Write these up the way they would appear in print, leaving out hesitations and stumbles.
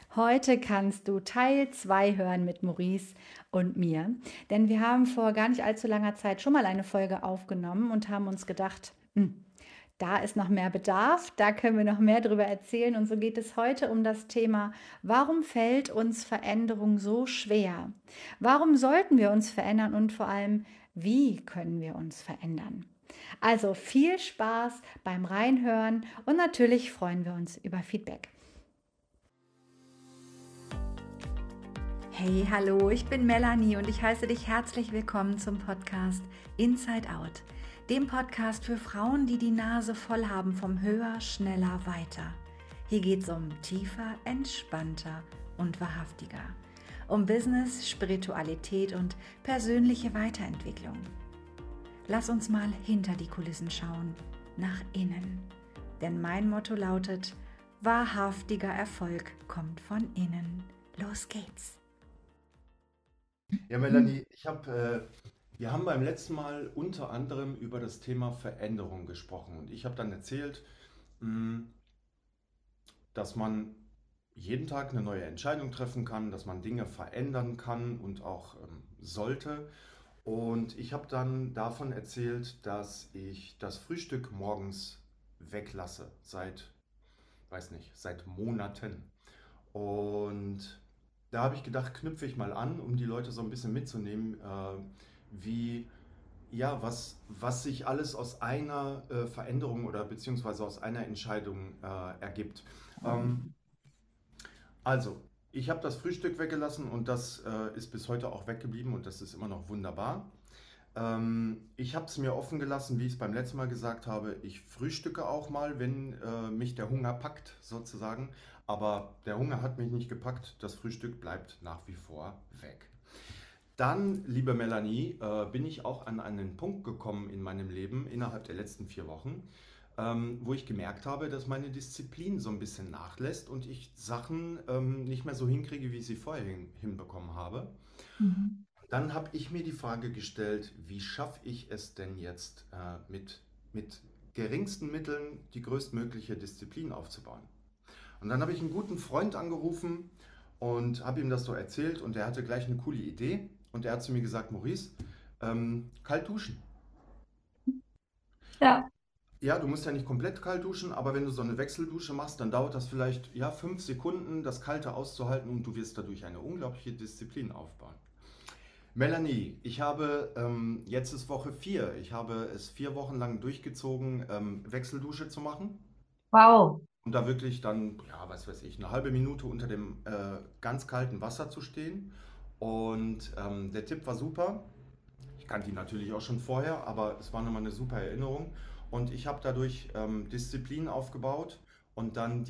Heute kannst du Teil 2 hören mit Maurice und mir, denn wir haben vor gar nicht allzu langer Zeit schon mal eine Folge aufgenommen und haben uns gedacht, da ist noch mehr Bedarf, da können wir noch mehr darüber erzählen. Und so geht es heute um das Thema, warum fällt uns Veränderung so schwer? Warum sollten wir uns verändern und vor allem, wie können wir uns verändern? Also viel Spaß beim Reinhören und natürlich freuen wir uns über Feedback. Hey, hallo, ich bin Melanie und ich heiße dich herzlich willkommen zum Podcast Inside Out, dem Podcast für Frauen, die die Nase voll haben vom Höher, Schneller, Weiter. Hier geht es um tiefer, entspannter und wahrhaftiger, um Business, Spiritualität und persönliche Weiterentwicklung. Lass uns mal hinter die Kulissen schauen, nach innen, denn mein Motto lautet, wahrhaftiger Erfolg kommt von innen. Los geht's! Ja, Melanie, wir haben beim letzten Mal unter anderem über das Thema Veränderung gesprochen und ich habe dann erzählt, mh, dass man jeden Tag eine neue Entscheidung treffen kann, dass man Dinge verändern kann und auch sollte. Und ich habe dann davon erzählt, dass ich das Frühstück morgens weglasse, weiß nicht, seit Monaten. Und da habe ich gedacht, knüpfe ich mal an, um die Leute so ein bisschen mitzunehmen, wie, ja, was sich alles aus einer Veränderung oder beziehungsweise aus einer Entscheidung ergibt. Ähm, also, ich habe das Frühstück weggelassen und das ist bis heute auch weggeblieben und das ist immer noch wunderbar. Ich habe es mir offen gelassen, wie ich es beim letzten Mal gesagt habe. Ich frühstücke auch mal, wenn mich der Hunger packt, sozusagen. Aber der Hunger hat mich nicht gepackt. Das Frühstück bleibt nach wie vor weg. Dann, liebe Melanie, bin ich auch an einen Punkt gekommen in meinem Leben innerhalb der letzten 4 Wochen, wo ich gemerkt habe, dass meine Disziplin so ein bisschen nachlässt und ich Sachen nicht mehr so hinkriege, wie ich sie vorher hinbekommen habe. Mhm. Dann habe ich mir die Frage gestellt, wie schaffe ich es denn jetzt mit geringsten Mitteln die größtmögliche Disziplin aufzubauen? Und dann habe ich einen guten Freund angerufen und habe ihm das so erzählt und er hatte gleich eine coole Idee und er hat zu mir gesagt, Maurice, kalt duschen. Ja. Ja, du musst ja nicht komplett kalt duschen, aber wenn du so eine Wechseldusche machst, dann dauert das vielleicht ja 5 Sekunden, das Kalte auszuhalten und du wirst dadurch eine unglaubliche Disziplin aufbauen. Melanie, ich habe jetzt ist Woche 4. Ich habe es 4 Wochen lang durchgezogen, Wechseldusche zu machen. Wow. Und da wirklich dann, ja, was weiß ich, eine halbe Minute unter dem ganz kalten Wasser zu stehen. Und der Tipp war super. Ich kannte ihn natürlich auch schon vorher, aber es war nochmal eine super Erinnerung. Und ich habe dadurch Disziplin aufgebaut und dann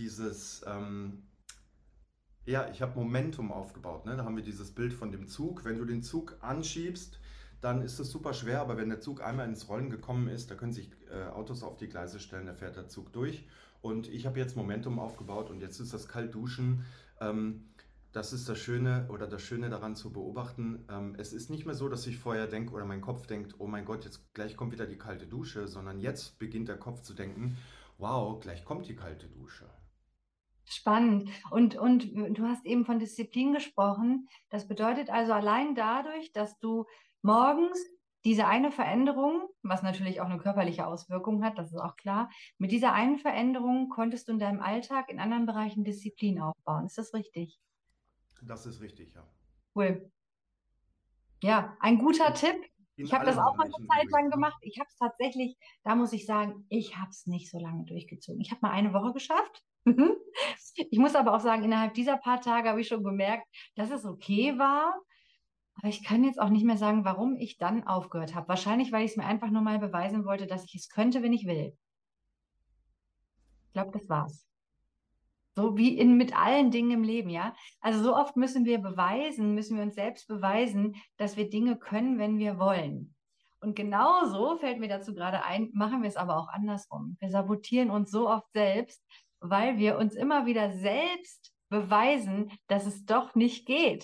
ja, ich habe Momentum aufgebaut. Ne? Da haben wir dieses Bild von dem Zug. Wenn du den Zug anschiebst, dann ist es super schwer, aber wenn der Zug einmal ins Rollen gekommen ist, da können sich Autos auf die Gleise stellen, da fährt der Zug durch. Und ich habe jetzt Momentum aufgebaut und jetzt ist das Kaltduschen. Ähm, Das ist das Schöne oder das Schöne daran zu beobachten. Es ist nicht mehr so, dass ich vorher denke oder mein Kopf denkt, oh mein Gott, jetzt gleich kommt wieder die kalte Dusche, sondern jetzt beginnt der Kopf zu denken, wow, gleich kommt die kalte Dusche. Spannend. Und du hast eben von Disziplin gesprochen. Das bedeutet also allein dadurch, dass du morgens diese eine Veränderung, was natürlich auch eine körperliche Auswirkung hat, das ist auch klar, mit dieser einen Veränderung konntest du in deinem Alltag in anderen Bereichen Disziplin aufbauen. Ist das richtig? Das ist richtig, ja. Cool. Ja, ein guter In, Tipp. in Ich habe das allen auch mal eine Bereichen Zeit übrigens, lang ne? gemacht. Ich habe es tatsächlich, da muss ich sagen, ich habe es nicht so lange durchgezogen. Ich habe mal eine Woche geschafft. Ich muss aber auch sagen, innerhalb dieser paar Tage habe ich schon gemerkt, dass es okay war. Aber ich kann jetzt auch nicht mehr sagen, warum ich dann aufgehört habe. Wahrscheinlich, weil ich es mir einfach nur mal beweisen wollte, dass ich es könnte, wenn ich will. Ich glaube, das war's. So wie mit allen Dingen im Leben, ja. Also so oft müssen wir uns selbst beweisen, dass wir Dinge können, wenn wir wollen. Und genauso fällt mir dazu gerade ein, machen wir es aber auch andersrum. Wir sabotieren uns so oft selbst, weil wir uns immer wieder selbst beweisen, dass es doch nicht geht.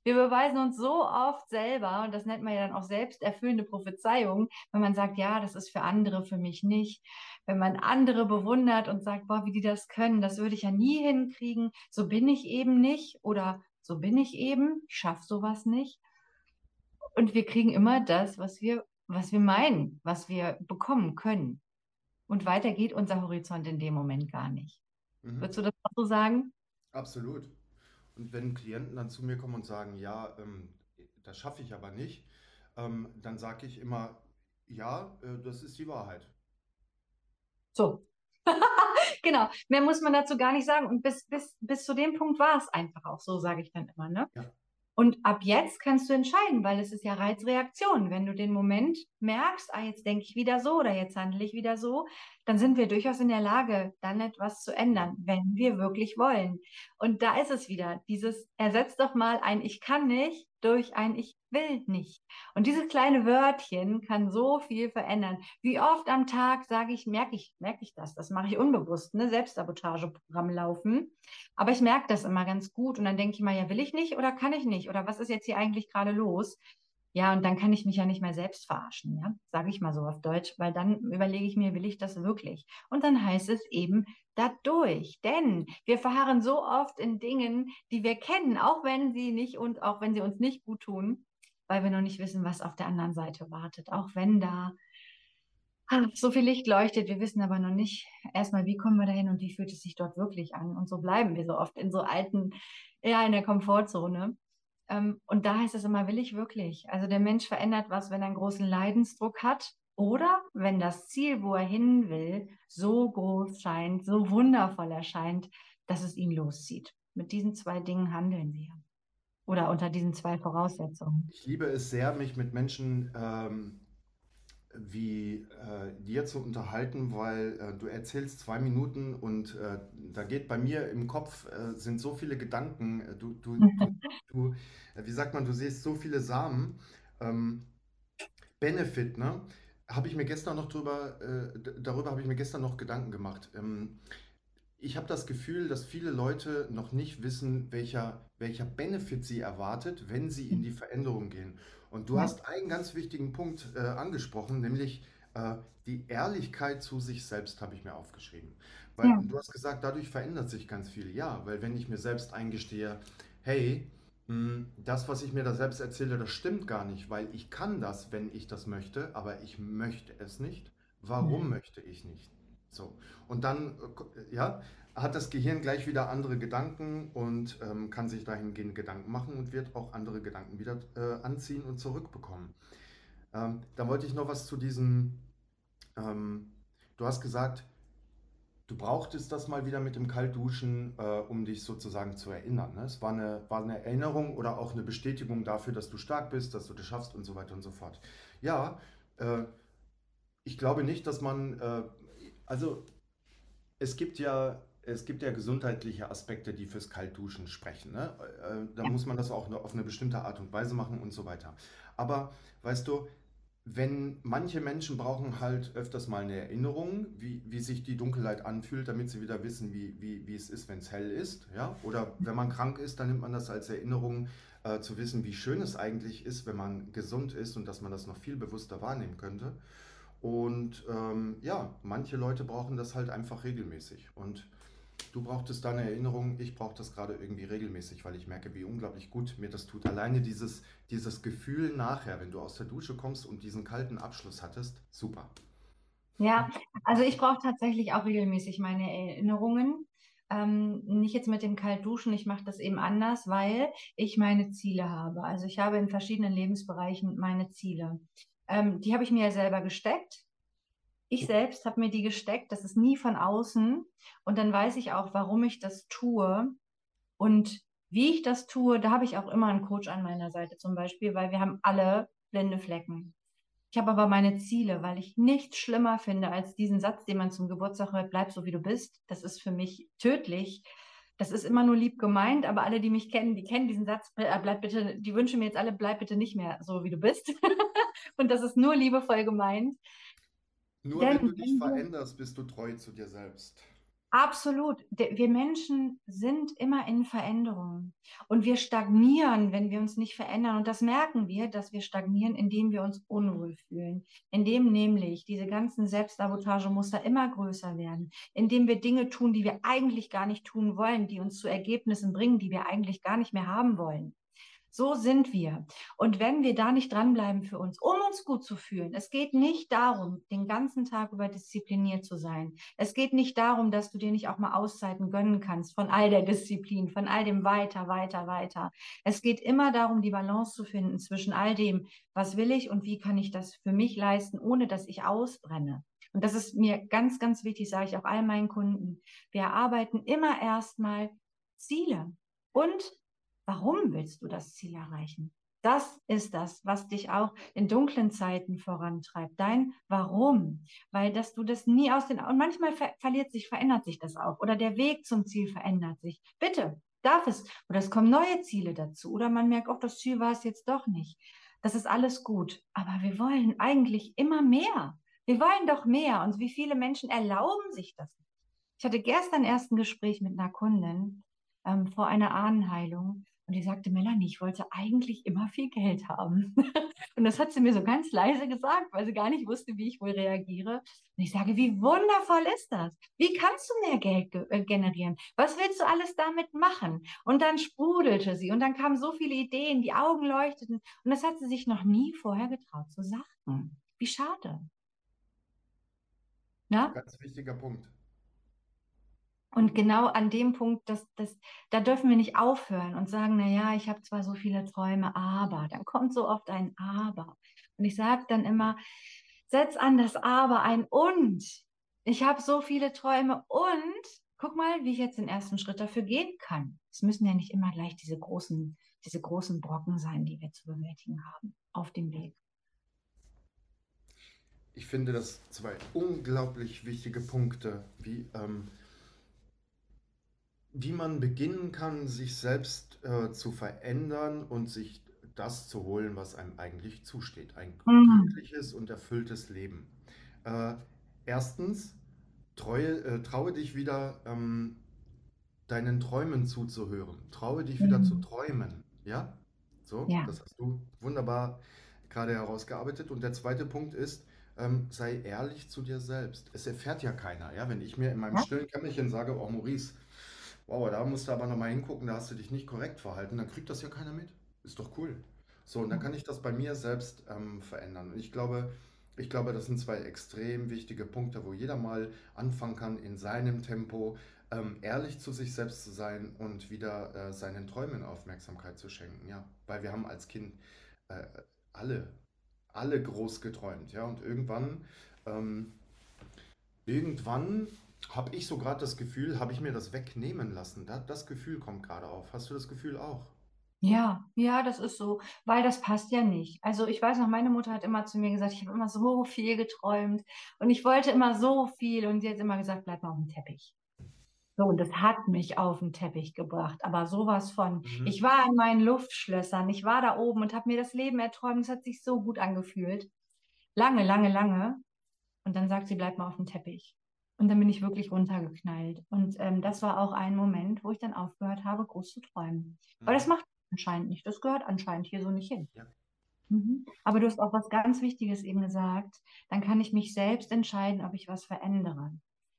Wir beweisen uns so oft selber, und das nennt man ja dann auch selbsterfüllende Prophezeiung, wenn man sagt, ja, das ist für andere, für mich nicht. Wenn man andere bewundert und sagt, boah, wie die das können, das würde ich ja nie hinkriegen, so bin ich eben nicht oder so bin ich eben, ich schaffe sowas nicht. Und wir kriegen immer das, was wir meinen, was wir bekommen können. Und weiter geht unser Horizont in dem Moment gar nicht. Mhm. Würdest du das auch so sagen? Absolut. Und wenn Klienten dann zu mir kommen und sagen, ja, das schaffe ich aber nicht, dann sage ich immer, ja, das ist die Wahrheit. So. Genau, mehr muss man dazu gar nicht sagen. Und bis zu dem Punkt war es einfach auch so, sage ich dann immer, ne? Ja. Und ab jetzt kannst du entscheiden, weil es ist ja Reizreaktion. Wenn du den Moment merkst, ah, jetzt denke ich wieder so oder jetzt handle ich wieder so, dann sind wir durchaus in der Lage, dann etwas zu ändern, wenn wir wirklich wollen. Und da ist es wieder, dieses, ersetzt doch mal ein Ich kann nicht durch ein Ich will nicht. Und dieses kleine Wörtchen kann so viel verändern. Wie oft am Tag sage ich, merke ich das? Das mache ich unbewusst, ne? Selbstsabotageprogramm laufen. Aber ich merke das immer ganz gut und dann denke ich mal, ja, will ich nicht oder kann ich nicht? Oder was ist jetzt hier eigentlich gerade los? Ja, und dann kann ich mich ja nicht mehr selbst verarschen, ja, sage ich mal so auf Deutsch, weil dann überlege ich mir, will ich das wirklich? Und dann heißt es eben dadurch, denn wir verharren so oft in Dingen, die wir kennen, auch wenn sie nicht und auch wenn sie uns nicht gut tun, weil wir noch nicht wissen, was auf der anderen Seite wartet, auch wenn da so viel Licht leuchtet, wir wissen aber noch nicht erstmal, wie kommen wir dahin und wie fühlt es sich dort wirklich an. Und so bleiben wir so oft in so alten, ja, in der Komfortzone. Und da heißt es immer, will ich wirklich? Also der Mensch verändert was, wenn er einen großen Leidensdruck hat oder wenn das Ziel, wo er hin will, so groß scheint, so wundervoll erscheint, dass es ihn loszieht. Mit diesen zwei Dingen handeln wir. Oder unter diesen zwei Voraussetzungen. Ich liebe es sehr, mich mit Menschen wie dir zu unterhalten, weil du erzählst 2 Minuten und da geht bei mir im Kopf sind so viele Gedanken. Wie sagt man, du siehst so viele Samen. Ähm, Benefit, ne? Habe ich mir gestern noch darüber habe ich mir gestern noch Gedanken gemacht. Ich habe das Gefühl, dass viele Leute noch nicht wissen, welcher Benefit sie erwartet, wenn sie in die Veränderung gehen. Und du Ja, hast einen ganz wichtigen Punkt angesprochen, nämlich äh, die Ehrlichkeit zu sich selbst, habe ich mir aufgeschrieben. Weil ja, du hast gesagt, dadurch verändert sich ganz viel. Ja, weil wenn ich mir selbst eingestehe, hey, das, was ich mir da selbst erzähle, das stimmt gar nicht, weil ich kann das, wenn ich das möchte, aber ich möchte es nicht. Warum möchte ich nicht? So. Und dann, ja, hat das Gehirn gleich wieder andere Gedanken und kann sich dahingehend Gedanken machen und wird auch andere Gedanken wieder anziehen und zurückbekommen. Da wollte ich noch was zu diesem, ähm, du hast gesagt, du brauchtest das mal wieder mit dem Kaltduschen, um dich sozusagen zu erinnern. Ne? Es war eine Erinnerung oder auch eine Bestätigung dafür, dass du stark bist, dass du das schaffst und so weiter und so fort. Ja, äh, ich glaube nicht, dass man, also es gibt ja gesundheitliche Aspekte, die fürs Kaltduschen sprechen. Ne? Da ja, muss man das auch auf eine bestimmte Art und Weise machen und so weiter. Aber weißt du, wenn manche Menschen brauchen halt öfters mal eine Erinnerung, wie sich die Dunkelheit anfühlt, damit sie wieder wissen, wie es ist, wenn es hell ist. Ja? Oder wenn man krank ist, dann nimmt man das als Erinnerung, zu wissen, wie schön es eigentlich ist, wenn man gesund ist und dass man das noch viel bewusster wahrnehmen könnte. Und ja, manche Leute brauchen das halt einfach regelmäßig. Und du brauchtest da eine Erinnerung, ich brauche das gerade irgendwie regelmäßig, weil ich merke, wie unglaublich gut mir das tut. Alleine dieses Gefühl nachher, wenn du aus der Dusche kommst und diesen kalten Abschluss hattest, super. ja, also ich brauche tatsächlich auch regelmäßig meine Erinnerungen. Nicht jetzt mit dem Kaltduschen, ich mache das eben anders, weil ich meine Ziele habe. Also ich habe in verschiedenen Lebensbereichen meine Ziele. Die habe ich mir ja selber gesteckt. Ich selbst habe mir die gesteckt, das ist nie von außen. Und dann weiß ich auch, warum ich das tue und wie ich das tue. Da habe ich auch immer einen Coach an meiner Seite zum Beispiel, weil wir haben alle blinde Flecken. Ich habe aber meine Ziele, weil ich nichts schlimmer finde als diesen Satz, den man zum Geburtstag hört, bleib so wie du bist. Das ist für mich tödlich. Das ist immer nur lieb gemeint, aber alle, die mich kennen, die kennen diesen Satz, bleib bitte, die wünschen mir jetzt alle, bleib bitte nicht mehr so wie du bist. Und das ist nur liebevoll gemeint. Nur wenn Denn du dich wenn wir veränderst, bist du treu zu dir selbst. Absolut. Wir Menschen sind immer in Veränderung und wir stagnieren, wenn wir uns nicht verändern. Und das merken wir, dass wir stagnieren, indem wir uns unwohl fühlen, indem nämlich diese ganzen Selbstsabotagemuster immer größer werden, indem wir Dinge tun, die wir eigentlich gar nicht tun wollen, die uns zu Ergebnissen bringen, die wir eigentlich gar nicht mehr haben wollen. So sind wir. Und wenn wir da nicht dranbleiben für uns, um uns gut zu fühlen, es geht nicht darum, den ganzen Tag über diszipliniert zu sein. Es geht nicht darum, dass du dir nicht auch mal Auszeiten gönnen kannst von all der Disziplin, von all dem weiter, weiter, weiter. Es geht immer darum, die Balance zu finden zwischen all dem, was will ich und wie kann ich das für mich leisten, ohne dass ich ausbrenne. Und das ist mir ganz, ganz wichtig, sage ich auch all meinen Kunden. Wir erarbeiten immer erstmal Ziele. Und warum willst du das Ziel erreichen? Das ist das, was dich auch in dunklen Zeiten vorantreibt. Dein Warum. Weil dass du das nie aus den, und manchmal verändert sich das auch. Oder der Weg zum Ziel verändert sich. Bitte, darf es. Oder es kommen neue Ziele dazu. Oder man merkt, auch das Ziel war es jetzt doch nicht. Das ist alles gut. Aber wir wollen eigentlich immer mehr. Wir wollen doch mehr. Und wie viele Menschen erlauben sich das? Ich hatte gestern erst ein Gespräch mit einer Kundin vor einer Ahnenheilung und die sagte, Melanie, ich wollte eigentlich immer viel Geld haben. Und das hat sie mir so ganz leise gesagt, weil sie gar nicht wusste, wie ich wohl reagiere. Und ich sage, wie wundervoll ist das? Wie kannst du mehr Geld generieren? Was willst du alles damit machen? Und dann sprudelte sie und dann kamen so viele Ideen, die Augen leuchteten und das hat sie sich noch nie vorher getraut zu sagen. Wie schade. Ja? Ganz wichtiger Punkt. Und genau an dem Punkt, da dürfen wir nicht aufhören und sagen, na ja, ich habe zwar so viele Träume, aber, dann kommt so oft ein Aber. Und ich sage dann immer, setz an das Aber ein und. Ich habe so viele Träume und guck mal, wie ich jetzt den ersten Schritt dafür gehen kann. Es müssen ja nicht immer gleich diese großen Brocken sein, die wir zu bewältigen haben auf dem Weg. Ich finde das zwei unglaublich wichtige Punkte, wie man beginnen kann, sich selbst zu verändern und sich das zu holen, was einem eigentlich zusteht. Ein Mhm. glückliches und erfülltes Leben. Äh, Erstens, traue dich wieder deinen Träumen zuzuhören. Traue dich wieder zu Mhm. träumen. Ja? So, Ja. das hast du wunderbar gerade herausgearbeitet. Und der zweite Punkt ist, sei ehrlich zu dir selbst. Es erfährt ja keiner. Ja? Wenn ich mir in meinem Ja. stillen Kämmerchen sage, oh Maurice, wow, da musst du aber nochmal hingucken, da hast du dich nicht korrekt verhalten, dann kriegt das ja keiner mit. Ist doch cool. So, und dann kann ich das bei mir selbst verändern. Und ich glaube, das sind zwei extrem wichtige Punkte, wo jeder mal anfangen kann, in seinem Tempo ehrlich zu sich selbst zu sein und wieder seinen Träumen Aufmerksamkeit zu schenken. Ja, weil wir haben als Kind äh, alle, alle groß geträumt. Ja, und ähm, irgendwann habe ich so gerade das Gefühl, habe ich mir das wegnehmen lassen. Das Gefühl kommt gerade auf. Hast du das Gefühl auch? Ja, ja, das ist so, weil das passt ja nicht. Also ich weiß noch, meine Mutter hat immer zu mir gesagt, ich habe immer so viel geträumt und ich wollte immer so viel und sie hat immer gesagt, bleib mal auf dem Teppich. So, und das hat mich auf den Teppich gebracht, aber sowas von, Mhm. ich war in meinen Luftschlössern, ich war da oben und habe mir das Leben erträumt, es hat sich so gut angefühlt. Lange, lange, lange. Und dann sagt sie, bleib mal auf dem Teppich. Und dann bin ich wirklich runtergeknallt. Und das war auch ein Moment, wo ich dann aufgehört habe, groß zu träumen. Weil das Mhm. macht anscheinend nicht. Das gehört anscheinend hier so nicht hin. Ja. Mhm. Aber du hast auch was ganz Wichtiges eben gesagt. Dann kann ich mich selbst entscheiden, ob ich was verändere.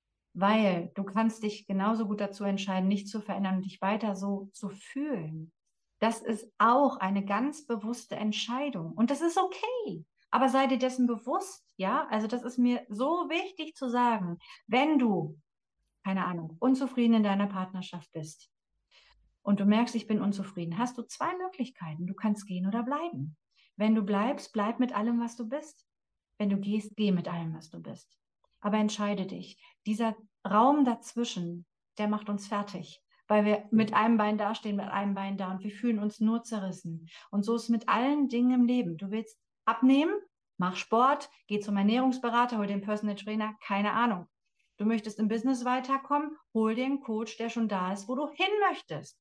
Weil du kannst dich genauso gut dazu entscheiden, nicht zu verändern und dich weiter so zu fühlen. Das ist auch eine ganz bewusste Entscheidung. Und das ist okay. Aber sei dir dessen bewusst, ja? Also das ist mir so wichtig zu sagen. Wenn du, keine Ahnung, unzufrieden in deiner Partnerschaft bist und du merkst, ich bin unzufrieden, hast du zwei Möglichkeiten. Du kannst gehen oder bleiben. Wenn du bleibst, bleib mit allem, was du bist. Wenn du gehst, geh mit allem, was du bist. Aber entscheide dich. Dieser Raum dazwischen, der macht uns fertig, weil wir mit einem Bein dastehen, mit einem Bein da und wir fühlen uns nur zerrissen. Und so ist es mit allen Dingen im Leben. Du willst abnehmen, mach Sport, geh zum Ernährungsberater, hol den Personal Trainer, keine Ahnung. Du möchtest im Business weiterkommen, hol dir einen Coach, der schon da ist, wo du hin möchtest.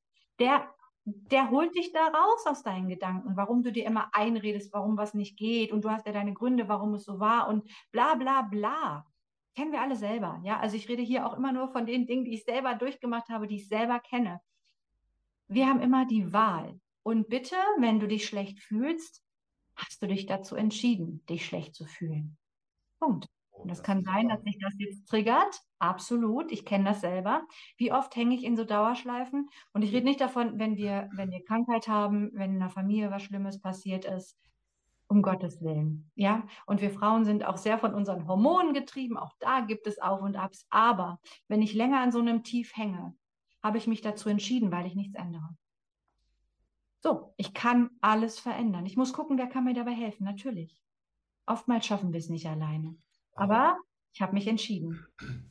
Der holt dich da raus aus deinen Gedanken, warum du dir immer einredest, warum was nicht geht und du hast ja deine Gründe, warum es so war und bla bla bla. kennen wir alle selber. Ja, also ich rede hier auch immer nur von den Dingen, die ich selber durchgemacht habe, die ich selber kenne. Wir haben immer die Wahl. Und bitte, wenn du dich schlecht fühlst, hast du dich dazu entschieden, dich schlecht zu fühlen. Punkt. Oh, Und das das kann ist sein, dass aber. sich das jetzt triggert. Absolut. Ich kenne das selber. Wie oft hänge ich in so Dauerschleifen? Und ich rede nicht davon, wenn wir Krankheit haben, wenn in der Familie was Schlimmes passiert ist. Um Gottes Willen. Ja. Und wir Frauen sind auch sehr von unseren Hormonen getrieben. Auch da gibt es Auf und Abs. Aber wenn ich länger an so einem Tief hänge, habe ich mich dazu entschieden, weil ich nichts ändere. So, ich kann alles verändern. Ich muss gucken, wer kann mir dabei helfen. Natürlich. Oftmals schaffen wir es nicht alleine. Aber Aber ich habe mich entschieden.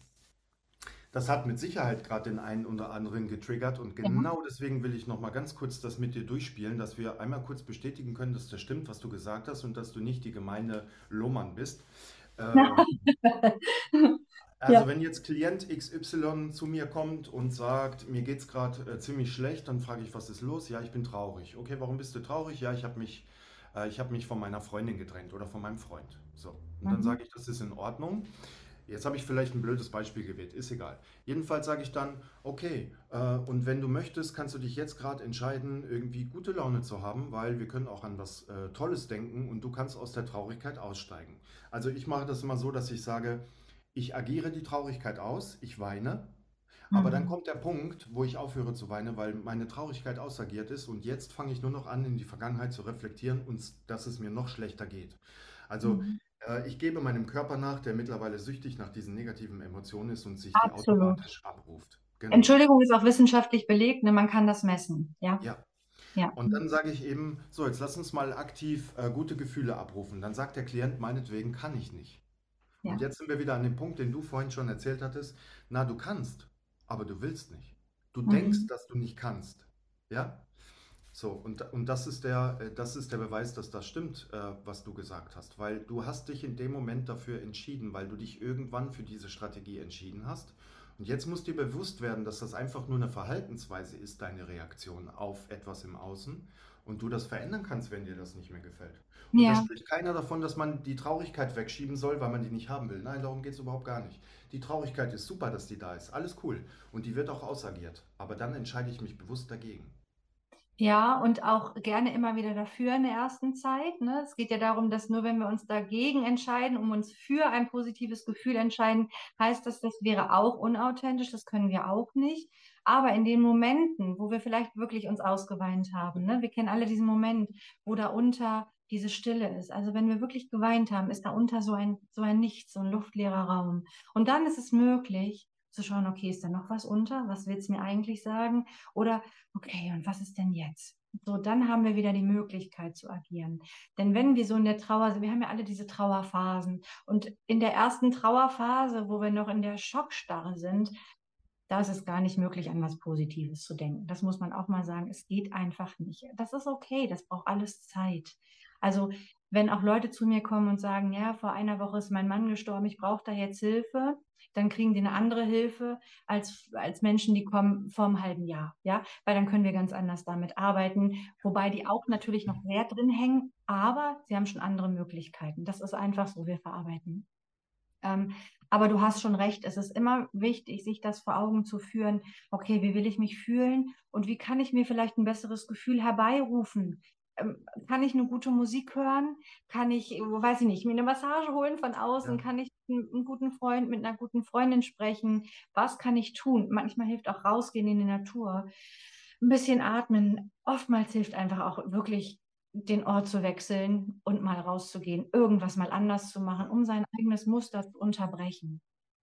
das hat mit Sicherheit gerade den einen oder anderen getriggert und Ja. genau deswegen will ich noch mal ganz kurz das mit dir durchspielen, dass wir einmal kurz bestätigen können, dass das stimmt, was du gesagt hast und dass du nicht die gemeine Lohmann bist. Ähm, also Ja. wenn jetzt Klient XY zu mir kommt und sagt, mir geht's gerade ziemlich schlecht, dann frage ich, was ist los? Ja, ich bin traurig. Okay, warum bist du traurig? Ja, ich habe mich von meiner Freundin getrennt oder von meinem Freund. So, und dann Mhm. sage ich, das ist in Ordnung. Jetzt habe ich vielleicht ein blödes Beispiel gewählt, ist egal. Jedenfalls sage ich dann, okay, und wenn du möchtest, kannst du dich jetzt gerade entscheiden, irgendwie gute Laune zu haben, weil wir können auch an was Tolles denken und du kannst aus der Traurigkeit aussteigen. Also ich mache das immer so, dass ich sage, ich agiere die Traurigkeit aus, ich weine, aber dann Mhm. kommt der Punkt, wo ich aufhöre zu weinen, weil meine Traurigkeit ausagiert ist und jetzt fange ich nur noch an, in die Vergangenheit zu reflektieren und dass es mir noch schlechter geht. Also Mhm. ich gebe meinem Körper nach, der mittlerweile süchtig nach diesen negativen Emotionen ist und sich die Absolut. automatisch abruft. Genau. Entschuldigung ist auch wissenschaftlich belegt, ne? Man kann das messen. Ja, Ja. ja, Und dann sage ich eben, so, jetzt lass uns mal aktiv gute Gefühle abrufen. Dann sagt der Klient, meinetwegen kann ich nicht. Und ja. jetzt sind wir wieder an dem Punkt, den du vorhin schon erzählt hattest. Na, du kannst, aber du willst nicht. Du denkst, Mhm. dass du nicht kannst. Ja? So, und das ist der Beweis, dass das stimmt, was du gesagt hast. Weil du hast dich in dem Moment dafür entschieden, weil du dich irgendwann für diese Strategie entschieden hast. Und jetzt muss dir bewusst werden, dass das einfach nur eine Verhaltensweise ist, deine Reaktion auf etwas im Außen. Und du das verändern kannst, wenn dir das nicht mehr gefällt. Und da Ja. spricht keiner davon, dass man die Traurigkeit wegschieben soll, weil man die nicht haben will. Nein, darum geht es überhaupt gar nicht. Die Traurigkeit ist super, dass die da ist. Alles cool. Und die wird auch ausagiert. Aber dann entscheide ich mich bewusst dagegen. Ja, und auch gerne immer wieder dafür in der ersten Zeit. Ne? Es geht ja darum, dass nur wenn wir uns dagegen entscheiden, um uns für ein positives Gefühl entscheiden, heißt das, das wäre auch unauthentisch, das können wir auch nicht. Aber in den Momenten, wo wir vielleicht wirklich uns ausgeweint haben, ne? Wir kennen alle diesen Moment, wo da unter diese Stille ist. Also wenn wir wirklich geweint haben, ist da unter so ein Nichts, so ein luftleerer Raum. Und dann ist es möglich zu schauen, okay, ist da noch was unter? Was will es mir eigentlich sagen? Oder okay, und was ist denn jetzt? So, dann haben wir wieder die Möglichkeit zu agieren. Denn wenn wir so in der Trauer sind, wir haben ja alle diese Trauerphasen. Und in der ersten Trauerphase, wo wir noch in der Schockstarre sind, da ist es gar nicht möglich, an was Positives zu denken. Das muss man auch mal sagen. Es geht einfach nicht. Das ist okay. Das braucht alles Zeit. Also, wenn auch Leute zu mir kommen und sagen, ja, vor einer Woche ist mein Mann gestorben, ich brauche da jetzt Hilfe, dann kriegen die eine andere Hilfe als Menschen, die kommen vor einem halben Jahr. Ja, weil dann können wir ganz anders damit arbeiten. Wobei die auch natürlich noch Wert drin hängen, aber sie haben schon andere Möglichkeiten. Das ist einfach so, wir verarbeiten. Ähm, aber du hast schon recht, es ist immer wichtig, sich das vor Augen zu führen. Okay, wie will ich mich fühlen und wie kann ich mir vielleicht ein besseres Gefühl herbeirufen? Kann ich eine gute Musik hören? Kann ich, weiß ich nicht, mir eine Massage holen von außen? Ja. Kann ich einen guten Freund mit einer guten Freundin sprechen? Was kann ich tun? Manchmal hilft auch rausgehen in die Natur, ein bisschen atmen. Oftmals hilft einfach auch wirklich den Ort zu wechseln und mal rauszugehen, irgendwas mal anders zu machen, um sein eigenes Muster zu unterbrechen.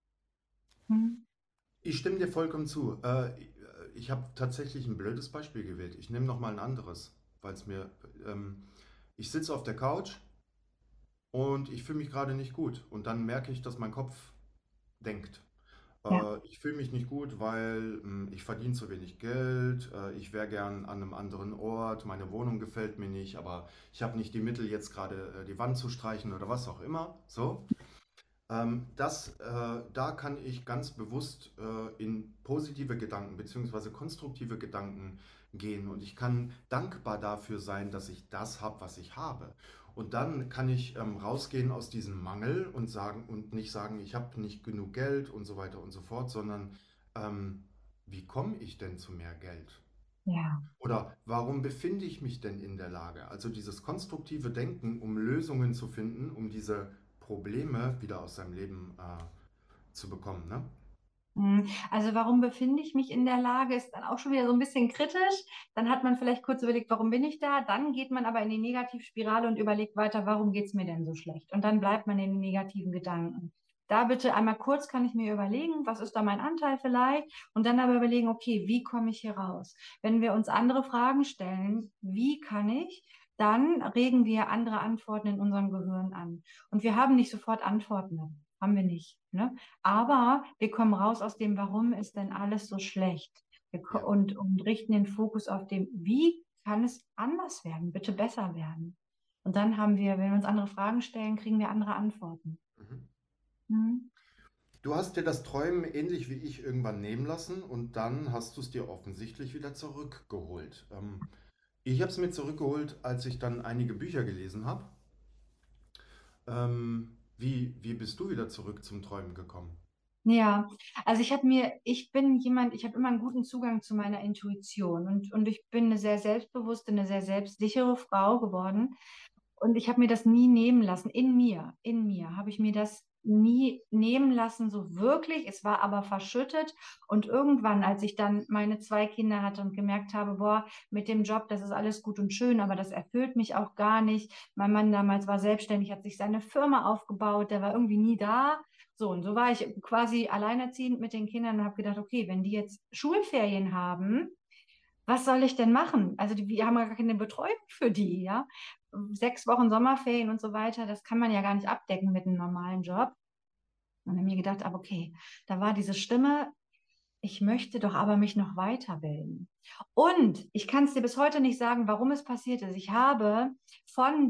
Hm? Ich stimme dir vollkommen zu. Ich habe tatsächlich ein blödes Beispiel gewählt. Ich nehme noch mal ein anderes, weil es mir. Ich sitze auf der Couch und ich fühle mich gerade nicht gut. Und dann merke ich, dass mein Kopf denkt. Ja, Ich fühle mich nicht gut, weil ich verdiene zu wenig Geld. Ich wäre gern an einem anderen Ort. Meine Wohnung gefällt mir nicht, aber ich habe nicht die Mittel, jetzt gerade die Wand zu streichen oder was auch immer. So. Da kann ich ganz bewusst in positive Gedanken beziehungsweise konstruktive Gedanken gehen und ich kann dankbar dafür sein, dass ich das habe, was ich habe. Und dann kann ich rausgehen aus diesem Mangel und sagen und nicht sagen, ich habe nicht genug Geld und so weiter und so fort, sondern ähm, wie komme ich denn zu mehr Geld? Ja. Oder warum befinde ich mich denn in der Lage? Also dieses konstruktive Denken, um Lösungen zu finden, um diese Probleme wieder aus seinem Leben zu bekommen, ne? Also warum befinde ich mich in der Lage, ist dann auch schon wieder so ein bisschen kritisch. Dann hat man vielleicht kurz überlegt, warum bin ich da? Dann geht man aber in die Negativspirale und überlegt weiter, warum geht es mir denn so schlecht? Und dann bleibt man in den negativen Gedanken. Da bitte einmal kurz kann ich mir überlegen, was ist da mein Anteil vielleicht? Und dann aber überlegen, okay, wie komme ich hier raus? Wenn wir uns andere Fragen stellen, wie kann ich? Dann regen wir andere Antworten in unserem Gehirn an. Und wir haben nicht sofort Antworten. Haben wir nicht. Ne? Aber wir kommen raus aus dem, warum ist denn alles so schlecht? Ja. Und richten den Fokus auf dem, wie kann es anders werden, bitte besser werden? Und dann haben wir, wenn wir uns andere Fragen stellen, kriegen wir andere Antworten. Mhm. Hm? Du hast dir das Träumen ähnlich wie ich irgendwann nehmen lassen und dann hast du es dir offensichtlich wieder zurückgeholt. Ich habe es mir zurückgeholt, als ich dann einige Bücher gelesen habe. Wie bist du wieder zurück zum Träumen gekommen? Ja, also ich bin jemand, ich habe immer einen guten Zugang zu meiner Intuition und ich bin eine sehr selbstbewusste, eine sehr selbstsichere Frau geworden. Und ich habe mir das nie nehmen lassen. In mir habe ich mir das nie nehmen lassen, so wirklich. Es war aber verschüttet. Und irgendwann, als ich dann meine zwei Kinder hatte und gemerkt habe, boah, mit dem Job, das ist alles gut und schön, aber das erfüllt mich auch gar nicht. Mein Mann damals war selbstständig, hat sich seine Firma aufgebaut, der war irgendwie nie da. So, und so war ich quasi alleinerziehend mit den Kindern und habe gedacht, okay, wenn die jetzt Schulferien haben, was soll ich denn machen? Also wir haben ja gar keine Betreuung für die, ja. 6 Wochen Sommerferien und so weiter, das kann man ja gar nicht abdecken mit einem normalen Job. Und dann habe ich mir gedacht, aber okay, da war diese Stimme, ich möchte doch aber mich noch weiterbilden. Und ich kann es dir bis heute nicht sagen, warum es passiert ist. Ich habe von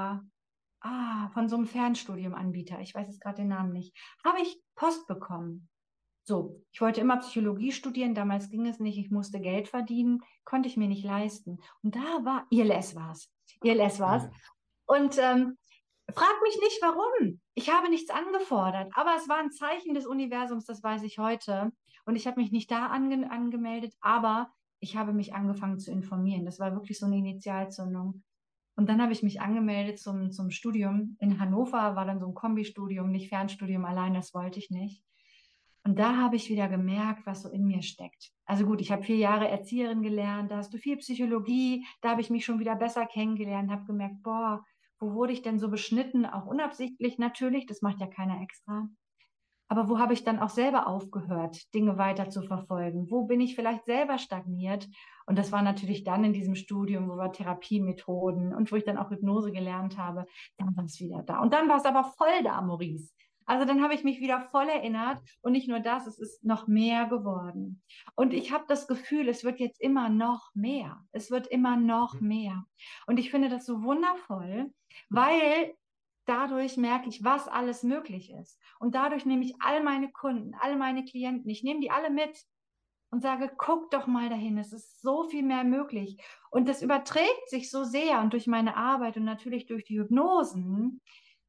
von so einem Fernstudiumanbieter, ich weiß jetzt gerade den Namen nicht, habe ich Post bekommen. So, ich wollte immer Psychologie studieren, damals ging es nicht, ich musste Geld verdienen, konnte ich mir nicht leisten. Und da war, ILS war es, ILS war es. Und frag mich nicht, warum. Ich habe nichts angefordert, aber es war ein Zeichen des Universums, das weiß ich heute. Und ich habe mich nicht da angemeldet, aber ich habe mich angefangen zu informieren. Das war wirklich so eine Initialzündung. Und dann habe ich mich angemeldet zum Studium. In Hannover war dann so ein Kombistudium, nicht Fernstudium allein, das wollte ich nicht. Und da habe ich wieder gemerkt, was so in mir steckt. Also gut, ich habe 4 Jahre Erzieherin gelernt, da hast du viel Psychologie, da habe ich mich schon wieder besser kennengelernt, habe gemerkt, boah, wo wurde ich denn so beschnitten? Auch unabsichtlich natürlich, das macht ja keiner extra. Aber wo habe ich dann auch selber aufgehört, Dinge weiter zu verfolgen? Wo bin ich vielleicht selber stagniert? Und das war natürlich dann in diesem Studium, wo wir Therapiemethoden und wo ich dann auch Hypnose gelernt habe, dann war es wieder da. Und dann war es aber voll da, Maurice. Also dann habe ich mich wieder voll erinnert und nicht nur das, es ist noch mehr geworden. Und ich habe das Gefühl, es wird jetzt immer noch mehr. Es wird immer noch Mhm. mehr. Und ich finde das so wundervoll, weil dadurch merke ich, was alles möglich ist. Und dadurch nehme ich all meine Kunden, all meine Klienten, ich nehme die alle mit und sage, guck doch mal dahin, es ist so viel mehr möglich. Und das überträgt sich so sehr und durch meine Arbeit und natürlich durch die Hypnosen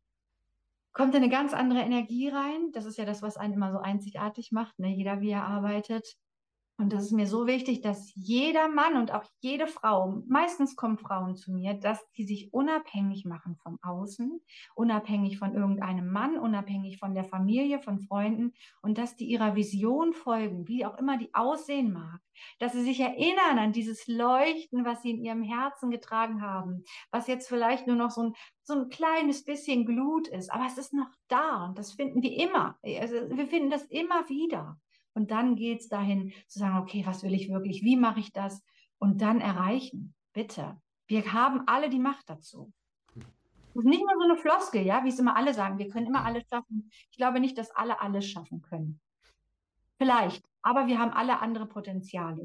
kommt eine ganz andere Energie rein. Das ist ja das, was einen immer so einzigartig macht, ne? Jeder, wie er arbeitet. Und das ist mir so wichtig, dass jeder Mann und auch jede Frau, meistens kommen Frauen zu mir, dass die sich unabhängig machen vom Außen, unabhängig von irgendeinem Mann, unabhängig von der Familie, von Freunden und dass die ihrer Vision folgen, wie auch immer die aussehen mag, dass sie sich erinnern an dieses Leuchten, was sie in ihrem Herzen getragen haben, was jetzt vielleicht nur noch so ein kleines bisschen Glut ist, aber es ist noch da und das finden wir immer. Also wir finden das immer wieder. Und dann geht es dahin zu sagen, okay, was will ich wirklich? Wie mache ich das? Und dann erreichen. Bitte. Wir haben alle die Macht dazu. Das ist nicht nur so eine Floskel, ja, wie es immer alle sagen. Wir können immer alles schaffen. Ich glaube nicht, dass alle alles schaffen können. Vielleicht, aber wir haben alle andere Potenziale.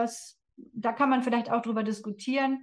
Da kann man vielleicht auch drüber diskutieren.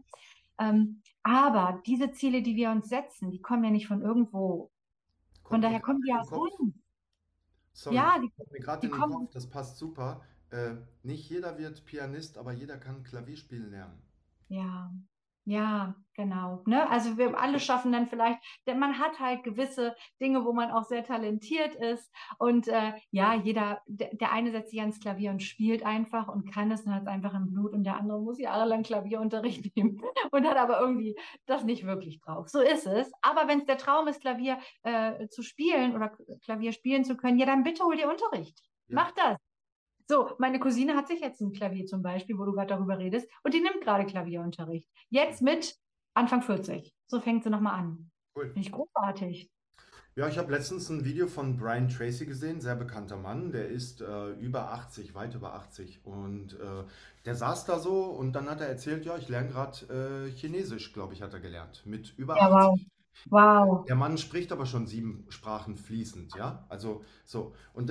Aber diese Ziele, die wir uns setzen, die kommen ja nicht von irgendwo. Von Kommt mir daher gerade kommen die in den aus Kopf. uns. Sorry, Ja, kommt mir gerade die in den Kopf, kommen. das passt super. Nicht jeder wird Pianist, aber jeder kann Klavier spielen lernen. Ja. Ja, genau. Ne? Also wir alle schaffen dann vielleicht, denn man hat halt gewisse Dinge, wo man auch sehr talentiert ist. Und ja, der eine setzt sich ans Klavier und spielt einfach und kann es und hat es einfach im Blut und der andere muss jahrelang Klavierunterricht nehmen und hat aber irgendwie das nicht wirklich drauf. So ist es. Aber wenn es der Traum ist, Klavier zu spielen oder Klavier spielen zu können, ja, dann bitte hol dir Unterricht. Ja, Mach das. So, meine Cousine hat sich jetzt ein Klavier zum Beispiel, wo du gerade darüber redest, und die nimmt gerade Klavierunterricht. Jetzt mit Anfang 40. So fängt sie nochmal an. cool. Finde ich großartig. Ja, ich habe letztens ein Video von Brian Tracy gesehen, sehr bekannter Mann. Der ist über 80, weit über 80. Und der saß da so und dann hat er erzählt, ja, ich lerne gerade Chinesisch, glaube ich, hat er gelernt, mit über Ja, wow. 80. Wow. Der Mann spricht aber schon 7 Sprachen fließend, ja? Also so. Und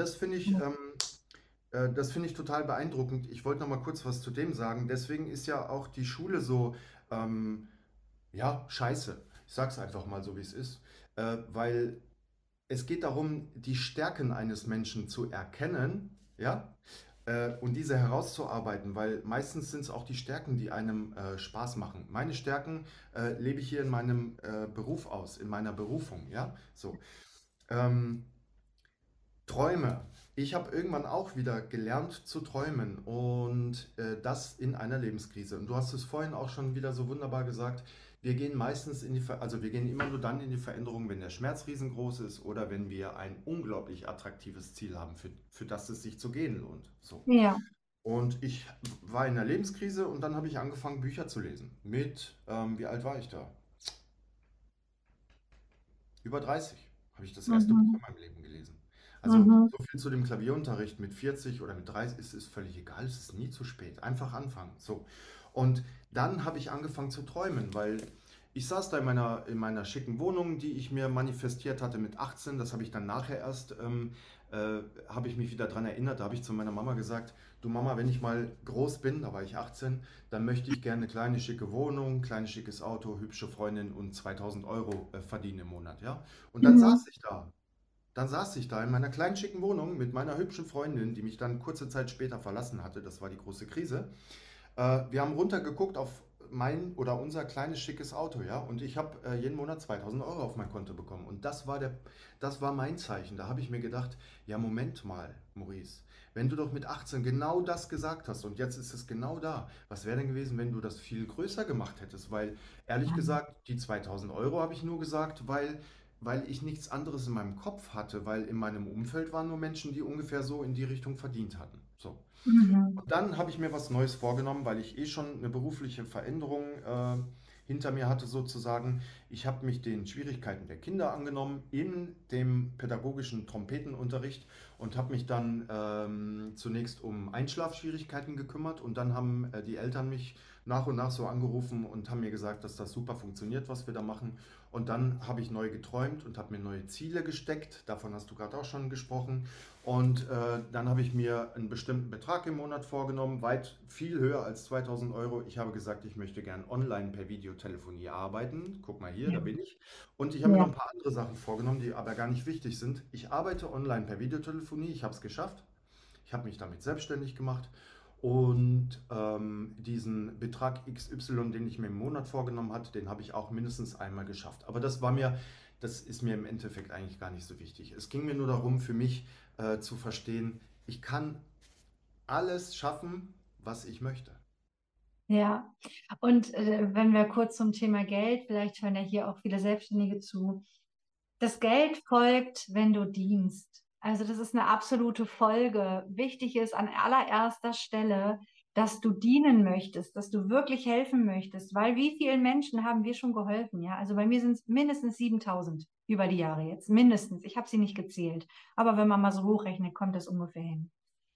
das finde ich total beeindruckend. Ich wollte noch mal kurz was zu dem sagen. Deswegen ist ja auch die Schule so, ähm, ja, scheiße. Ich sag's einfach mal so, wie es ist. Weil es geht darum, die Stärken eines Menschen zu erkennen, ja, und diese herauszuarbeiten, weil meistens sind es auch die Stärken, die einem Spaß machen. Meine Stärken lebe ich hier in meinem Beruf aus, in meiner Berufung, ja, so. Ähm, Träume. Ich habe irgendwann auch wieder gelernt zu träumen und das in einer Lebenskrise. Und du hast es vorhin auch schon wieder so wunderbar gesagt. Wir gehen meistens also wir gehen immer nur dann in die Veränderung, wenn der Schmerz riesengroß ist oder wenn wir ein unglaublich attraktives Ziel haben, für das es sich zu gehen lohnt. So. Ja. Und ich war in der Lebenskrise und dann habe ich angefangen, Bücher zu lesen. Wie alt war ich da? Über 30 habe ich das erste Buch Mhm. in meinem Leben gelesen. Also Mhm. so viel zu dem Klavierunterricht mit 40 oder mit 30 ist völlig egal, es ist nie zu spät. Einfach anfangen. So. Und dann habe ich angefangen zu träumen, weil ich saß da in meiner schicken Wohnung, die ich mir manifestiert hatte mit 18. Das habe ich dann nachher erst, habe ich mich wieder daran erinnert. Da habe ich zu meiner Mama gesagt, du Mama, wenn ich mal groß bin, da war ich 18, dann möchte ich gerne eine kleine schicke Wohnung, kleines schickes Auto, hübsche Freundin und 2000 € verdienen im Monat, ja. Und dann Mhm. saß ich da. Dann saß ich da in meiner kleinen schicken Wohnung mit meiner hübschen Freundin, die mich dann kurze Zeit später verlassen hatte. Das war die große Krise. Wir haben runtergeguckt auf mein oder unser kleines schickes Auto, ja, und ich habe jeden Monat 2000 € auf mein Konto bekommen. Und das war mein Zeichen. Da habe ich mir gedacht, ja, Moment mal, Maurice, wenn du doch mit 18 genau das gesagt hast und jetzt ist es genau da, was wäre denn gewesen, wenn du das viel größer gemacht hättest? Weil, ehrlich gesagt, die 2000 € habe ich nur gesagt, weil ich nichts anderes in meinem Kopf hatte, weil in meinem Umfeld waren nur Menschen, die ungefähr so in die Richtung verdient hatten. So. Mhm. Und dann habe ich mir was Neues vorgenommen, weil ich eh schon eine berufliche Veränderung hinter mir hatte sozusagen. Ich habe mich den Schwierigkeiten der Kinder angenommen in dem pädagogischen Trompetenunterricht und habe mich dann zunächst um Einschlafschwierigkeiten gekümmert und dann haben die Eltern mich nach und nach so angerufen und haben mir gesagt, dass das super funktioniert, was wir da machen. Und dann habe ich neu geträumt und habe mir neue Ziele gesteckt. Davon hast du gerade auch schon gesprochen. Und dann habe ich mir einen bestimmten Betrag im Monat vorgenommen, weit viel höher als 2000 €. Ich habe gesagt, ich möchte gern online per Videotelefonie arbeiten. Guck mal hier, Ja. da bin ich. Und ich habe mir noch Ja. ein paar andere Sachen vorgenommen, die aber gar nicht wichtig sind. Ich arbeite online per Videotelefonie. Ich habe es geschafft. Ich habe mich damit selbstständig gemacht. Und diesen Betrag XY, den ich mir im Monat vorgenommen hatte, den habe ich auch mindestens einmal geschafft. Aber das ist mir im Endeffekt eigentlich gar nicht so wichtig. Es ging mir nur darum, für mich zu verstehen, ich kann alles schaffen, was ich möchte. Ja. Und wenn wir kurz zum Thema Geld, vielleicht hören ja hier auch viele Selbstständige zu. Das Geld folgt, wenn du dienst. Also das ist eine absolute Folge. Wichtig ist an allererster Stelle, dass du dienen möchtest, dass du wirklich helfen möchtest, weil wie vielen Menschen haben wir schon geholfen? Ja, also bei mir sind es mindestens 7.000 über die Jahre jetzt, mindestens. Ich habe sie nicht gezählt, aber wenn man mal so hochrechnet, kommt das ungefähr hin.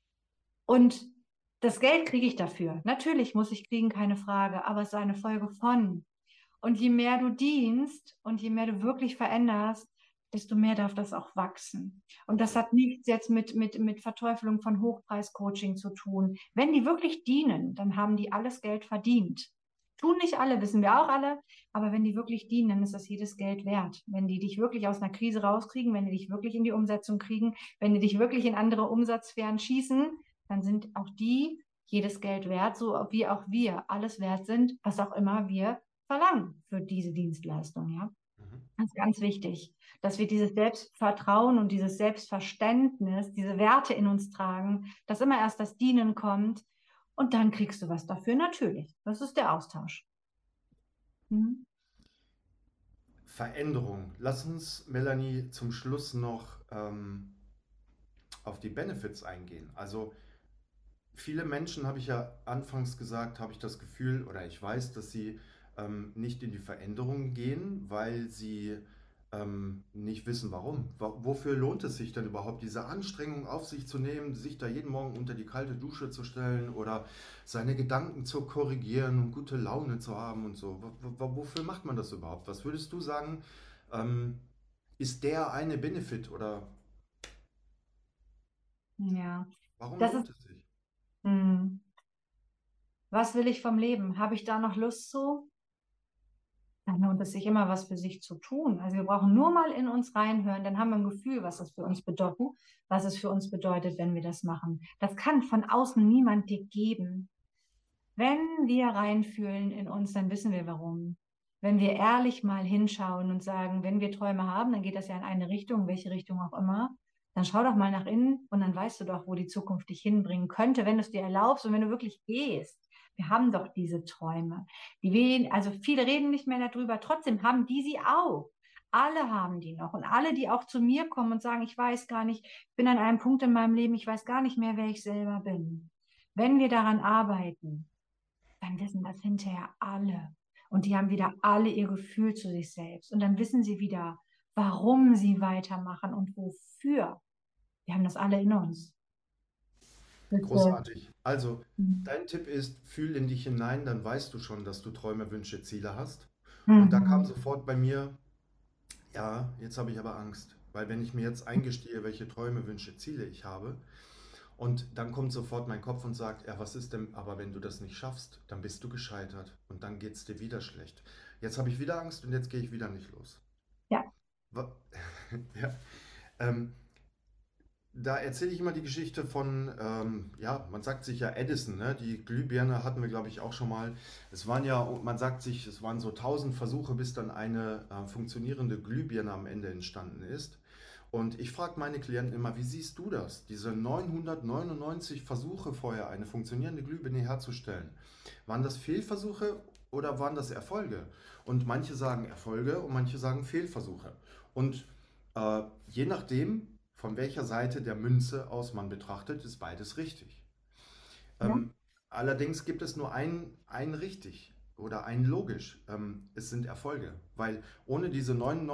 Und das Geld kriege ich dafür. Natürlich muss ich kriegen, keine Frage, aber es ist eine Folge von. Und je mehr du dienst und je mehr du wirklich veränderst, desto mehr darf das auch wachsen. Und das Ja. hat nichts jetzt mit Verteufelung von Hochpreis-Coaching zu tun. Wenn die wirklich dienen, dann haben die alles Geld verdient. Tun nicht alle, wissen wir auch alle, aber wenn die wirklich dienen, dann ist das jedes Geld wert. Wenn die dich wirklich aus einer Krise rauskriegen, wenn die dich wirklich in die Umsetzung kriegen, wenn die dich wirklich in andere Umsatzsphären schießen, dann sind auch die jedes Geld wert, so wie auch wir alles wert sind, was auch immer wir verlangen für diese Dienstleistung, ja. Mhm. Das ist ganz wichtig, dass wir dieses Selbstvertrauen und dieses Selbstverständnis, diese Werte in uns tragen, dass immer erst das Dienen kommt und dann kriegst du was dafür, natürlich. Das ist der Austausch. Mhm. Veränderung. Lass uns, Melanie, zum Schluss noch auf die Benefits eingehen. Also viele Menschen, habe ich ja anfangs gesagt, habe ich das Gefühl oder ich weiß, dass sie nicht in die Veränderung gehen, weil sie nicht wissen, warum. Wofür lohnt es sich denn überhaupt, diese Anstrengung auf sich zu nehmen, sich da jeden Morgen unter die kalte Dusche zu stellen oder seine Gedanken zu korrigieren und gute Laune zu haben und so? Wofür macht man das überhaupt? Was würdest du sagen, ähm, ist der eine Benefit oder Ja, warum das ist, lohnt es sich? hm, was will ich vom Leben? Habe ich da noch Lust zu? Dann lohnt es sich immer, was für sich zu tun. Also wir brauchen nur mal in uns reinhören, dann haben wir ein Gefühl, was es für uns bedeutet, wenn wir das machen. Das kann von außen niemand dir geben. Wenn wir reinfühlen in uns, dann wissen wir warum. Wenn wir ehrlich mal hinschauen und sagen, wenn wir Träume haben, dann geht das ja in eine Richtung, welche Richtung auch immer, dann schau doch mal nach innen und dann weißt du doch, wo die Zukunft dich hinbringen könnte, wenn du es dir erlaubst und wenn du wirklich gehst. Wir haben doch diese Träume. Also viele reden nicht mehr darüber, trotzdem haben die sie auch. Alle haben die noch. Und alle, die auch zu mir kommen und sagen, ich weiß gar nicht, ich bin an einem Punkt in meinem Leben, ich weiß gar nicht mehr, wer ich selber bin. Wenn wir daran arbeiten, dann wissen das hinterher alle. Und die haben wieder alle ihr Gefühl zu sich selbst. Und dann wissen sie wieder, warum sie weitermachen und wofür. Wir haben das alle in uns. Bitte. Großartig. Also, dein Tipp ist, fühl in dich hinein, dann weißt du schon, dass du Träume, Wünsche, Ziele hast. Und da kam Mhm. sofort bei mir, ja, jetzt habe ich aber Angst, weil wenn ich mir jetzt eingestehe, welche Träume, Wünsche, Ziele ich habe, und dann kommt sofort mein Kopf und sagt, ja, was ist denn, aber wenn du das nicht schaffst, dann bist du gescheitert und dann geht es dir wieder schlecht. Jetzt habe ich wieder Angst und jetzt gehe ich wieder nicht los. Ja, Wa- Ja, ähm, da erzähle ich immer die Geschichte von, ja, man sagt sich ja Edison, ne? Die Glühbirne hatten wir, glaube ich, auch schon mal. Es waren ja, man sagt sich, es waren so 1000 Versuche, bis dann eine funktionierende Glühbirne am Ende entstanden ist. Und ich frage meine Klienten immer, wie siehst du das? Diese 999 Versuche vorher, eine funktionierende Glühbirne herzustellen. Waren das Fehlversuche oder waren das Erfolge? Und manche sagen Erfolge und manche sagen Fehlversuche. Und je nachdem, von welcher Seite der Münze aus man betrachtet, ist beides richtig. ja, Ähm, allerdings gibt es nur ein richtig oder ein logisch. Es sind Erfolge, weil ohne diese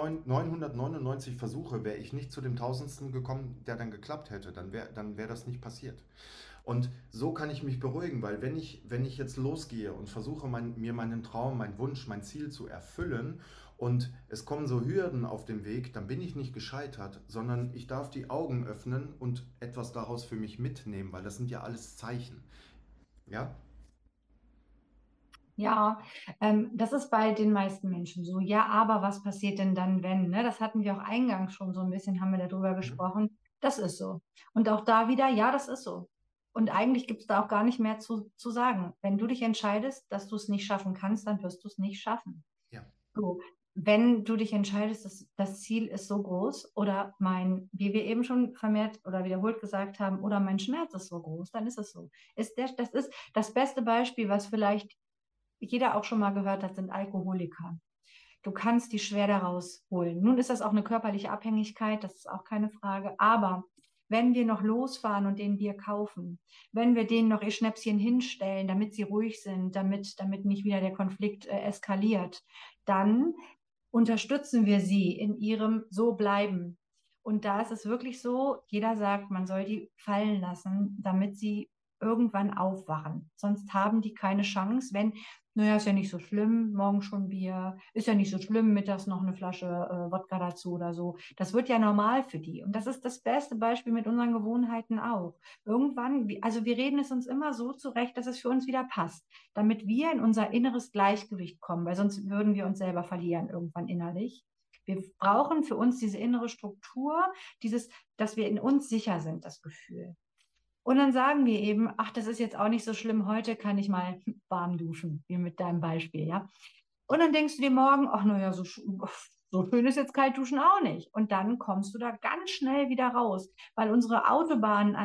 999 Versuche wäre ich nicht zu dem Tausendsten gekommen, der dann geklappt hätte. Dann wär das nicht passiert. Und so kann ich mich beruhigen, weil wenn ich jetzt losgehe und versuche, mir meinen Traum, meinen Wunsch, mein Ziel zu erfüllen und es kommen so Hürden auf dem Weg, dann bin ich nicht gescheitert, sondern ich darf die Augen öffnen und etwas daraus für mich mitnehmen, weil das sind ja alles Zeichen. Ja? ja, das ist bei den meisten Menschen so. Ja, aber was passiert denn dann, wenn? Ne? Das hatten wir auch eingangs schon so ein bisschen, haben wir darüber Mhm. gesprochen. Das ist so. Und auch da wieder, ja, das ist so. Und eigentlich gibt es da auch gar nicht mehr zu sagen. Wenn du dich entscheidest, dass du es nicht schaffen kannst, dann wirst du es nicht schaffen. Ja. So, wenn du dich entscheidest, dass das Ziel ist so groß oder wie wir eben schon vermehrt oder wiederholt gesagt haben, oder mein Schmerz ist so groß, dann ist es so. Das ist das beste Beispiel, was vielleicht jeder auch schon mal gehört hat, sind Alkoholiker. Du kannst die schwer daraus holen. Nun ist das auch eine körperliche Abhängigkeit, das ist auch keine Frage. Aber wenn wir noch losfahren und denen Bier kaufen, wenn wir denen noch ihr Schnäpschen hinstellen, damit sie ruhig sind, damit nicht wieder der Konflikt eskaliert, dann unterstützen wir sie in ihrem So bleiben. Und da ist es wirklich so, jeder sagt, man soll die fallen lassen, damit sie irgendwann aufwachen. Sonst haben die keine Chance, wenn, naja, ist ja nicht so schlimm, morgen schon Bier, ist ja nicht so schlimm, mittags noch eine Flasche Wodka dazu oder so. Das wird ja normal für die. Und das ist das beste Beispiel mit unseren Gewohnheiten auch. Irgendwann, also wir reden es uns immer so zurecht, dass es für uns wieder passt, damit wir in unser inneres Gleichgewicht kommen, weil sonst würden wir uns selber verlieren irgendwann innerlich. Wir brauchen für uns diese innere Struktur, dass wir in uns sicher sind, das Gefühl. Und dann sagen wir eben, ach, das ist jetzt auch nicht so schlimm, heute kann ich mal warm duschen, wie mit deinem Beispiel, ja. Und dann denkst du dir morgen, ach naja, so schön ist jetzt Kaltduschen auch nicht. Und dann kommst du da ganz schnell wieder raus, weil unsere Autobahn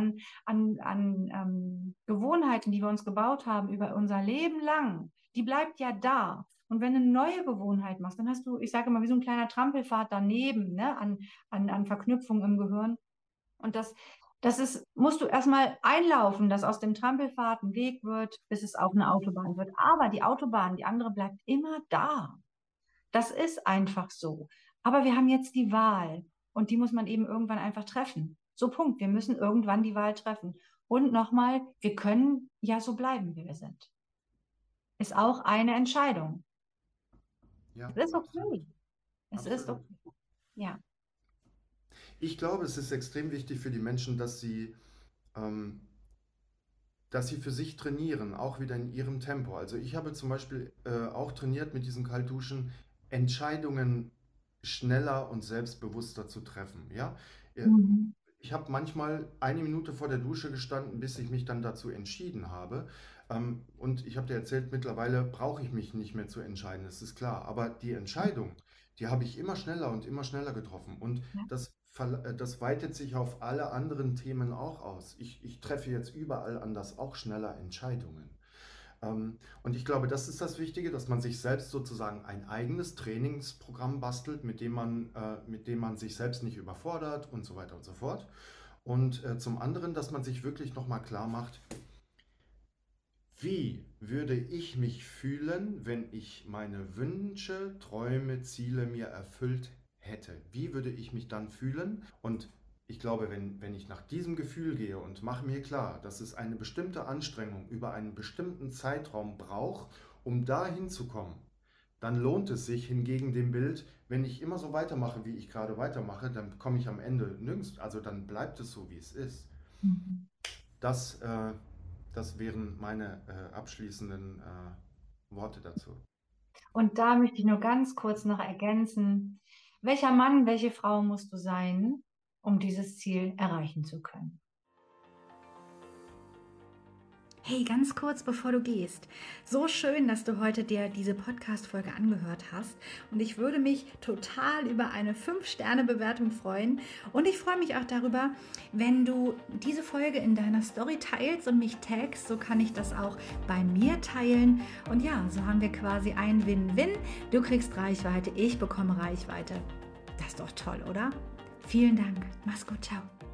an Gewohnheiten, die wir uns gebaut haben über unser Leben lang, die bleibt ja da. Und wenn du eine neue Gewohnheit machst, dann hast du, ich sage immer, wie so ein kleiner Trampelpfad daneben, ne, an Verknüpfungen im Gehirn. Und musst du erstmal einlaufen, dass aus dem Trampelpfad ein Weg wird, bis es auch eine Autobahn wird. Aber die Autobahn, die andere bleibt immer da. Das ist einfach so. Aber wir haben jetzt die Wahl und die muss man eben irgendwann einfach treffen. So Punkt. Wir müssen irgendwann die Wahl treffen. Und nochmal, wir können ja so bleiben, wie wir sind. Ist auch eine Entscheidung. Ja, Es ist absolut. okay. Es ist Absolut. okay. Ja. Ich glaube, es ist extrem wichtig für die Menschen, ähm, dass sie für sich trainieren, auch wieder in ihrem Tempo. Also ich habe zum Beispiel auch trainiert mit diesem Kaltduschen, Entscheidungen schneller und selbstbewusster zu treffen. Ja? Äh, Mhm. Ich habe manchmal eine Minute vor der Dusche gestanden, bis ich mich dann dazu entschieden habe. Und ich habe dir erzählt, mittlerweile brauche ich mich nicht mehr zu entscheiden, das ist klar. Aber die Entscheidung, die habe ich immer schneller und immer schneller getroffen. Und Ja. das weitet sich auf alle anderen Themen auch aus. Ich treffe jetzt überall anders auch schneller Entscheidungen. Und ich glaube, das ist das Wichtige, dass man sich selbst sozusagen ein eigenes Trainingsprogramm bastelt, mit dem man sich selbst nicht überfordert und so weiter und so fort. Und zum anderen, dass man sich wirklich nochmal klar macht, wie würde ich mich fühlen, wenn ich meine Wünsche, Träume, Ziele mir erfüllt hätte? Wie würde ich mich dann fühlen? Und ich glaube, wenn ich nach diesem Gefühl gehe und mache mir klar, dass es eine bestimmte Anstrengung über einen bestimmten Zeitraum braucht, um dahin zu kommen, dann lohnt es sich hingegen dem Bild, wenn ich immer so weitermache, wie ich gerade weitermache, dann komme ich am Ende nirgends, also dann bleibt es so, wie es ist. Mhm. Das, äh, Das wären meine abschließenden Worte dazu. Und da möchte ich nur ganz kurz noch ergänzen, welcher Mann, welche Frau musst du sein, um dieses Ziel erreichen zu können? Hey, ganz kurz bevor du gehst. So schön, dass du heute dir diese Podcast-Folge angehört hast. Und ich würde mich total über eine 5-Sterne-Bewertung freuen. Und ich freue mich auch darüber, wenn du diese Folge in deiner Story teilst und mich tagst. So kann ich das auch bei mir teilen. Und ja, so haben wir quasi ein Win-Win. Du kriegst Reichweite, ich bekomme Reichweite. Das ist doch toll, oder? Vielen Dank. Mach's gut. Ciao.